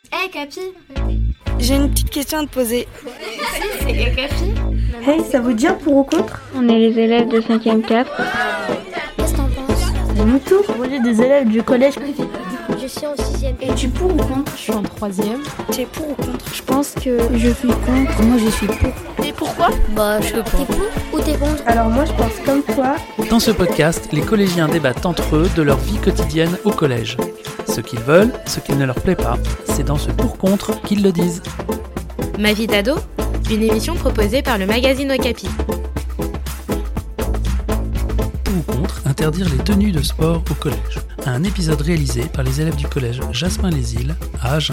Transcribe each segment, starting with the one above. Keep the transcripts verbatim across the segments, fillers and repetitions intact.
Hey Capi, j'ai une petite question à te poser. c'est Capi. Hey, ça vous dit un pour ou contre? On est les élèves de cinquième quatre. Qu'est-ce que t'en penses? C'est mon tour. On est des élèves du collège. Je suis en sixième. Et tu pour ou contre? Je suis en troisième. Tu es pour ou contre? Je pense que je suis contre. Moi je suis pour. Et pourquoi? Bah, je sais pas. T'es pour ou t'es contre? Alors moi je pense comme toi. Dans ce podcast, les collégiens débattent entre eux de leur vie quotidienne au collège. Ce qu'ils veulent, ce qui ne leur plaît pas, c'est dans ce pour-contre qu'ils le disent. Ma vie d'ado, une émission proposée par le magazine Okapi. Pour ou contre interdire les tenues de sport au collège. Un épisode réalisé par les élèves du collège Jasmin-les-Îles à Agen.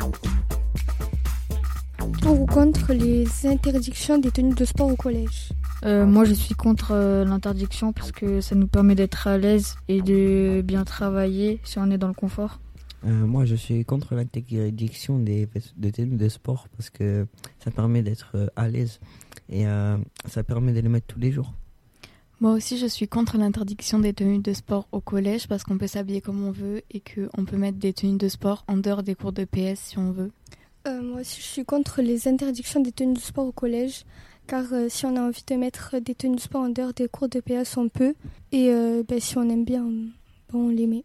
Pour ou contre les interdictions des tenues de sport au collège? Euh, moi je suis contre euh, l'interdiction parce que ça nous permet d'être à l'aise et de bien travailler si on est dans le confort. Euh, moi je suis contre l'interdiction des, des tenues de sport parce que ça permet d'être euh, à l'aise et euh, ça permet de les mettre tous les jours. Moi aussi je suis contre l'interdiction des tenues de sport au collège parce qu'on peut s'habiller comme on veut et qu'on peut mettre des tenues de sport en dehors des cours de P S si on veut. Euh, moi aussi je suis contre les interdictions des tenues de sport au collège. Car euh, si on a envie de mettre des tenues de sport en dehors des cours de P S, on peut. Et euh, ben, si on aime bien, on, on les met.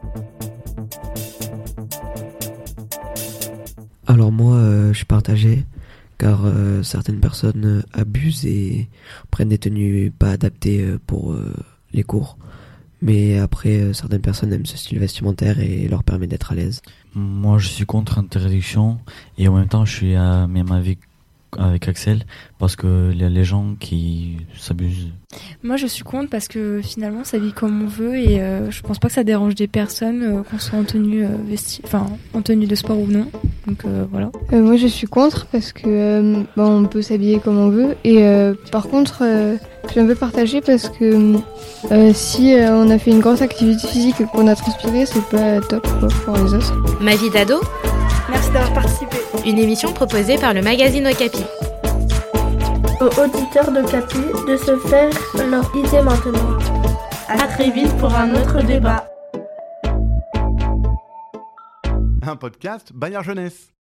Alors moi, euh, je suis partagé, car euh, certaines personnes abusent et prennent des tenues pas adaptées pour euh, les cours. Mais après, euh, certaines personnes aiment ce style vestimentaire et leur permet d'être à l'aise. Moi, je suis contre l'interdiction et en même temps, je suis à même avis avec Axel parce que il y a les gens qui s'abusent. Moi je suis contre parce que finalement on s'habille comme on veut et euh, je pense pas que ça dérange des personnes euh, qu'on soit en tenue euh, vesti- enfin en tenue de sport ou non. Donc euh, voilà. Euh, moi je suis contre parce que euh, bah, on peut s'habiller comme on veut et euh, par contre euh, je suis un peu partagée parce que euh, si euh, on a fait une grosse activité physique et qu'on a transpiré, c'est pas top quoi, pour les os. Ma vie d'ado, merci d'avoir participé. Une émission proposée par le magazine Okapi. Aux auditeurs de Capi de se faire leur idée maintenant. À très vite pour un autre débat. Un podcast Bayard Jeunesse.